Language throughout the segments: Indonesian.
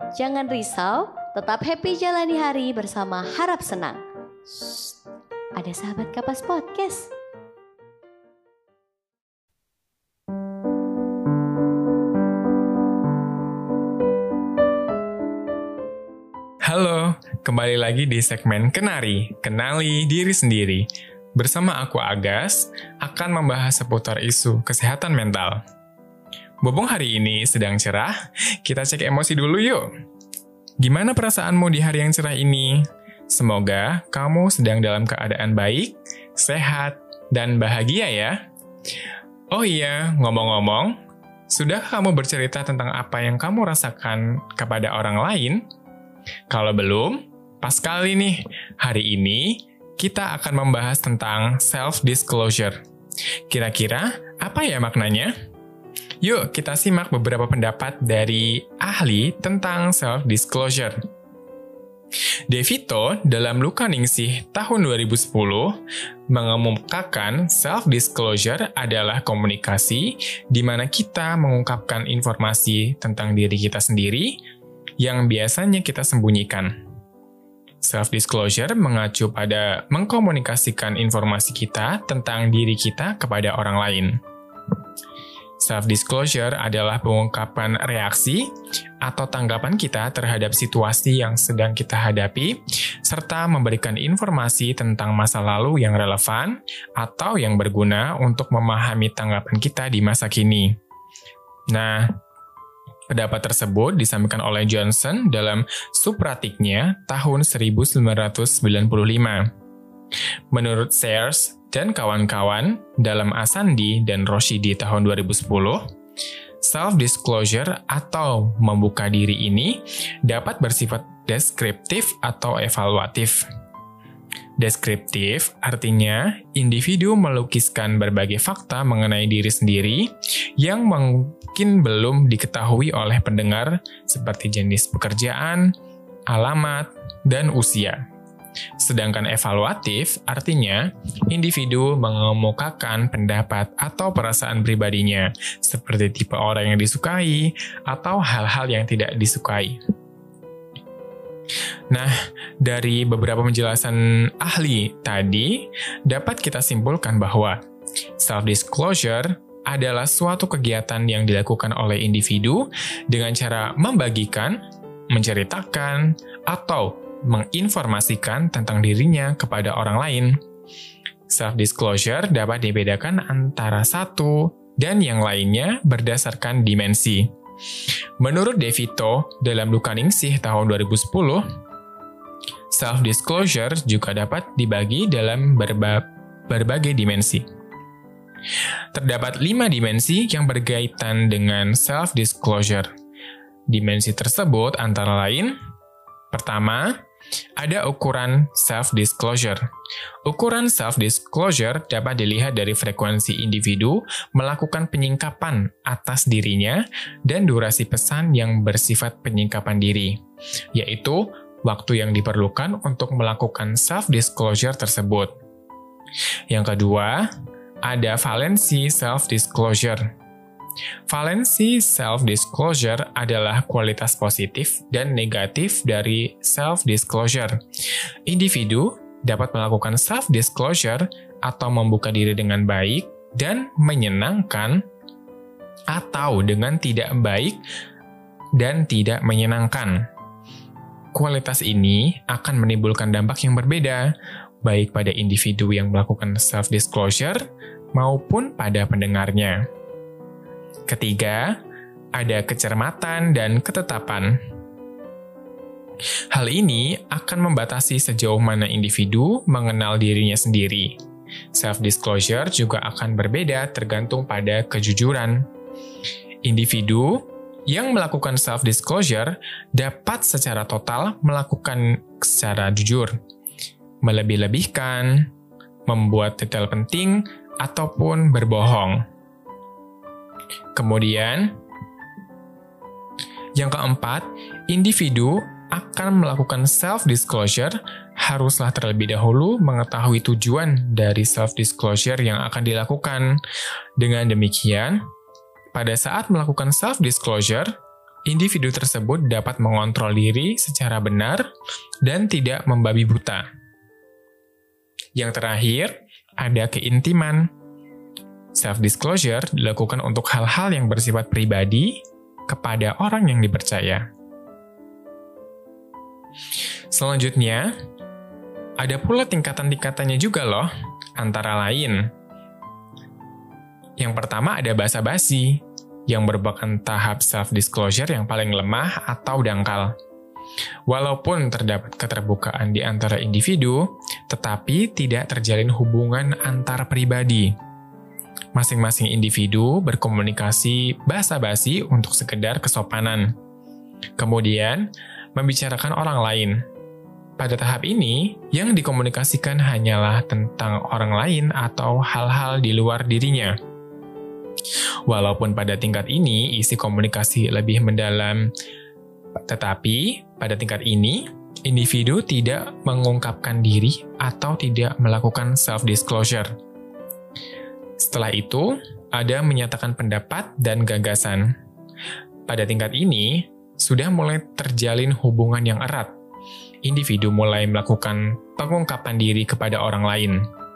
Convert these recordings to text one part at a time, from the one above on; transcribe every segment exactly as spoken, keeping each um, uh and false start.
Jangan risau, tetap happy jalani hari bersama Harap Senang. Shh, ada sahabat Kapas Podcast. Halo, kembali lagi di segmen Kenari, Kenali Diri Sendiri. Bersama aku Agas, akan membahas seputar isu kesehatan mental. Bobong hari ini sedang cerah, kita cek emosi dulu yuk. Gimana perasaanmu di hari yang cerah ini? Semoga kamu sedang dalam keadaan baik, sehat, dan bahagia ya. Oh iya, ngomong-ngomong, sudah kamu bercerita tentang apa yang kamu rasakan kepada orang lain? Kalau belum, pas kali nih, hari ini kita akan membahas tentang self-disclosure. Kira-kira apa ya maknanya? Yuk kita simak beberapa pendapat dari ahli tentang self-disclosure. DeVito dalam Lukaningsih tahun dua ribu sepuluh mengemukakan self-disclosure adalah komunikasi di mana kita mengungkapkan informasi tentang diri kita sendiri yang biasanya kita sembunyikan. Self-disclosure mengacu pada mengkomunikasikan informasi kita tentang diri kita kepada orang lain. Self-disclosure adalah pengungkapan reaksi atau tanggapan kita terhadap situasi yang sedang kita hadapi, serta memberikan informasi tentang masa lalu yang relevan atau yang berguna untuk memahami tanggapan kita di masa kini. Nah, pendapat tersebut disampaikan oleh Johnson dalam Supratiknya tahun seribu sembilan ratus sembilan puluh lima. Menurut Sears dan kawan-kawan dalam Asandi dan Roshidi tahun dua ribu sepuluh, self-disclosure atau membuka diri ini dapat bersifat deskriptif atau evaluatif. Deskriptif artinya individu melukiskan berbagai fakta mengenai diri sendiri yang mungkin belum diketahui oleh pendengar seperti jenis pekerjaan, alamat, dan usia. Sedangkan evaluatif artinya individu mengemukakan pendapat atau perasaan pribadinya seperti tipe orang yang disukai atau hal-hal yang tidak disukai. Nah, dari beberapa penjelasan ahli tadi, dapat kita simpulkan bahwa self-disclosure adalah suatu kegiatan yang dilakukan oleh individu dengan cara membagikan, menceritakan, atau menginformasikan tentang dirinya kepada orang lain. Self-disclosure dapat dibedakan antara satu dan yang lainnya berdasarkan dimensi. Menurut DeVito dalam Lukaningsih tahun dua ribu sepuluh, self-disclosure juga dapat dibagi dalam berba- berbagai dimensi. Terdapat lima dimensi yang berkaitan dengan self-disclosure. Dimensi tersebut antara lain, pertama, ada ukuran self-disclosure. Ukuran self-disclosure dapat dilihat dari frekuensi individu melakukan penyingkapan atas dirinya dan durasi pesan yang bersifat penyingkapan diri, yaitu waktu yang diperlukan untuk melakukan self-disclosure tersebut. Yang kedua, ada valensi self-disclosure. Valensi self-disclosure adalah kualitas positif dan negatif dari self-disclosure. Individu dapat melakukan self-disclosure atau membuka diri dengan baik dan menyenangkan, atau dengan tidak baik dan tidak menyenangkan. Kualitas ini akan menimbulkan dampak yang berbeda, baik pada individu yang melakukan self-disclosure maupun pada pendengarnya. Ketiga, ada kecermatan dan ketetapan. Hal ini akan membatasi sejauh mana individu mengenal dirinya sendiri. Self-disclosure juga akan berbeda tergantung pada kejujuran. Individu yang melakukan self-disclosure dapat secara total melakukan secara jujur, melebih-lebihkan, membuat detail penting, ataupun berbohong. Kemudian, yang keempat, individu akan melakukan self-disclosure haruslah terlebih dahulu mengetahui tujuan dari self-disclosure yang akan dilakukan. Dengan demikian, pada saat melakukan self-disclosure, individu tersebut dapat mengontrol diri secara benar dan tidak membabi buta. Yang terakhir, ada keintiman. Self-disclosure dilakukan untuk hal-hal yang bersifat pribadi kepada orang yang dipercaya. Selanjutnya, ada pula tingkatan-tingkatannya juga loh, antara lain. Yang pertama ada basa-basi, yang merupakan tahap self-disclosure yang paling lemah atau dangkal. Walaupun terdapat keterbukaan di antara individu, tetapi tidak terjalin hubungan antar pribadi. Masing-masing individu berkomunikasi basa-basi untuk sekedar kesopanan. Kemudian, membicarakan orang lain. Pada tahap ini, yang dikomunikasikan hanyalah tentang orang lain atau hal-hal di luar dirinya. Walaupun pada tingkat ini isi komunikasi lebih mendalam, tetapi pada tingkat ini, individu tidak mengungkapkan diri atau tidak melakukan self-disclosure. Setelah itu, ada menyatakan pendapat dan gagasan. Pada tingkat ini, sudah mulai terjalin hubungan yang erat. Individu mulai melakukan pengungkapan diri kepada orang lain.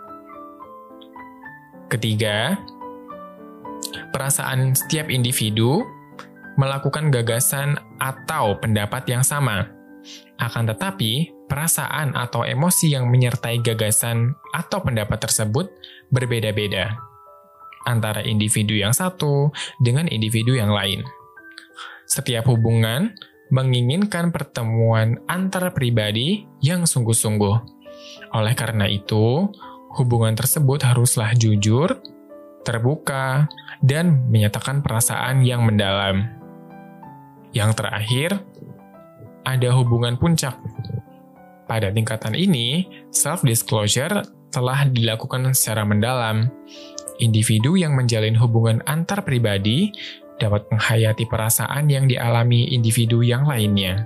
Ketiga, perasaan setiap individu melakukan gagasan atau pendapat yang sama. Akan tetapi, perasaan atau emosi yang menyertai gagasan atau pendapat tersebut berbeda-beda antara individu yang satu dengan individu yang lain. Setiap hubungan menginginkan pertemuan antar pribadi yang sungguh-sungguh. Oleh karena itu, hubungan tersebut haruslah jujur, terbuka, dan menyatakan perasaan yang mendalam. Yang terakhir, ada hubungan puncak. Pada tingkatan ini, self-disclosure telah dilakukan secara mendalam. Individu yang menjalin hubungan antar pribadi dapat menghayati perasaan yang dialami individu yang lainnya.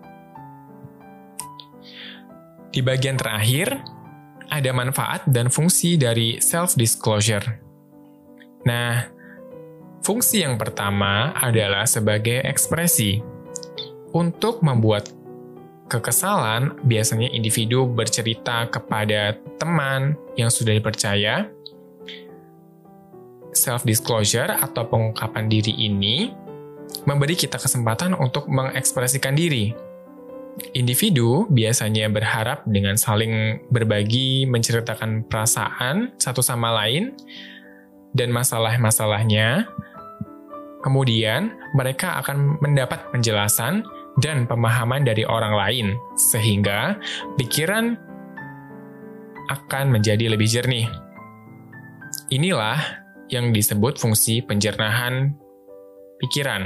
Di bagian terakhir, ada manfaat dan fungsi dari self-disclosure. Nah, fungsi yang pertama adalah sebagai ekspresi. Untuk membuat kekesalan, biasanya individu bercerita kepada teman yang sudah dipercaya. Self-disclosure atau pengungkapan diri ini memberi kita kesempatan untuk mengekspresikan diri. Individu biasanya berharap dengan saling berbagi, menceritakan perasaan satu sama lain, dan masalah-masalahnya. Kemudian, mereka akan mendapat penjelasan dan pemahaman dari orang lain, sehingga pikiran akan menjadi lebih jernih. Inilah yang disebut fungsi penjernahan pikiran.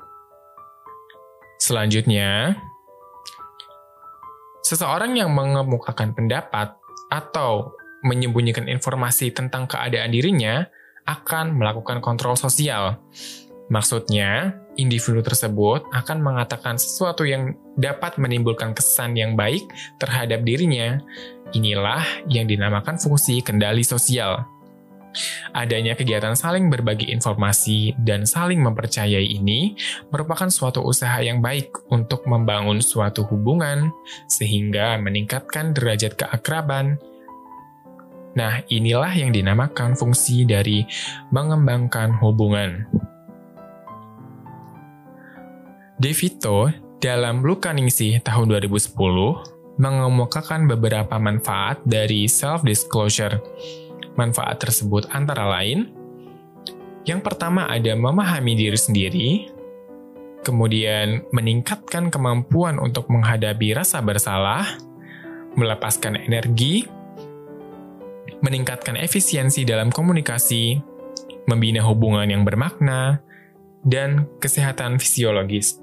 Selanjutnya, seseorang yang mengemukakan pendapat atau menyembunyikan informasi tentang keadaan dirinya akan melakukan kontrol sosial. Maksudnya, individu tersebut akan mengatakan sesuatu yang dapat menimbulkan kesan yang baik terhadap dirinya. Inilah yang dinamakan fungsi kendali sosial. Adanya kegiatan saling berbagi informasi dan saling mempercayai ini merupakan suatu usaha yang baik untuk membangun suatu hubungan sehingga meningkatkan derajat keakraban. Nah, inilah yang dinamakan fungsi dari mengembangkan hubungan. De Vito dalam Lukaningsih tahun dua ribu sepuluh mengemukakan beberapa manfaat dari self-disclosure. Manfaat tersebut antara lain, yang pertama ada memahami diri sendiri, kemudian meningkatkan kemampuan untuk menghadapi rasa bersalah, melepaskan energi, meningkatkan efisiensi dalam komunikasi, membina hubungan yang bermakna, dan kesehatan fisiologis.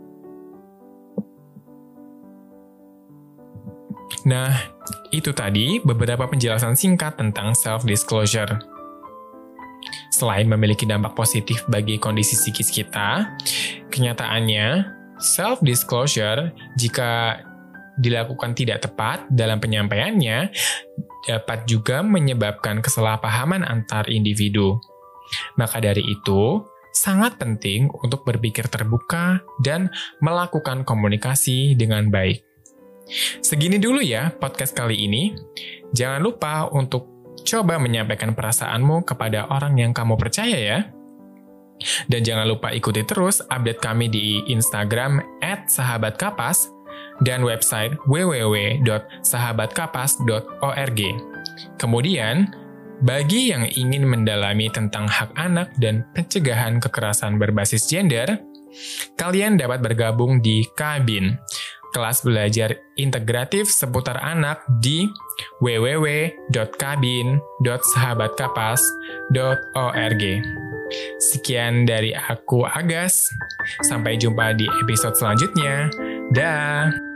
Nah, itu tadi beberapa penjelasan singkat tentang self-disclosure. Selain memiliki dampak positif bagi kondisi psikis kita, kenyataannya self-disclosure jika dilakukan tidak tepat dalam penyampaiannya dapat juga menyebabkan kesalahpahaman antar individu. Maka dari itu, sangat penting untuk berpikir terbuka dan melakukan komunikasi dengan baik. Segini dulu ya podcast kali ini. Jangan lupa untuk coba menyampaikan perasaanmu kepada orang yang kamu percaya ya. Dan jangan lupa ikuti terus update kami di Instagram at sahabat kapas dan website w w w dot sahabat kapas dot org. Kemudian, bagi yang ingin mendalami tentang hak anak dan pencegahan kekerasan berbasis gender, kalian dapat bergabung di Kabin, kelas belajar integratif seputar anak di w w w dot kabin dot sahabat kapas dot org. Sekian dari aku, Agas. Sampai jumpa di episode selanjutnya. Dah.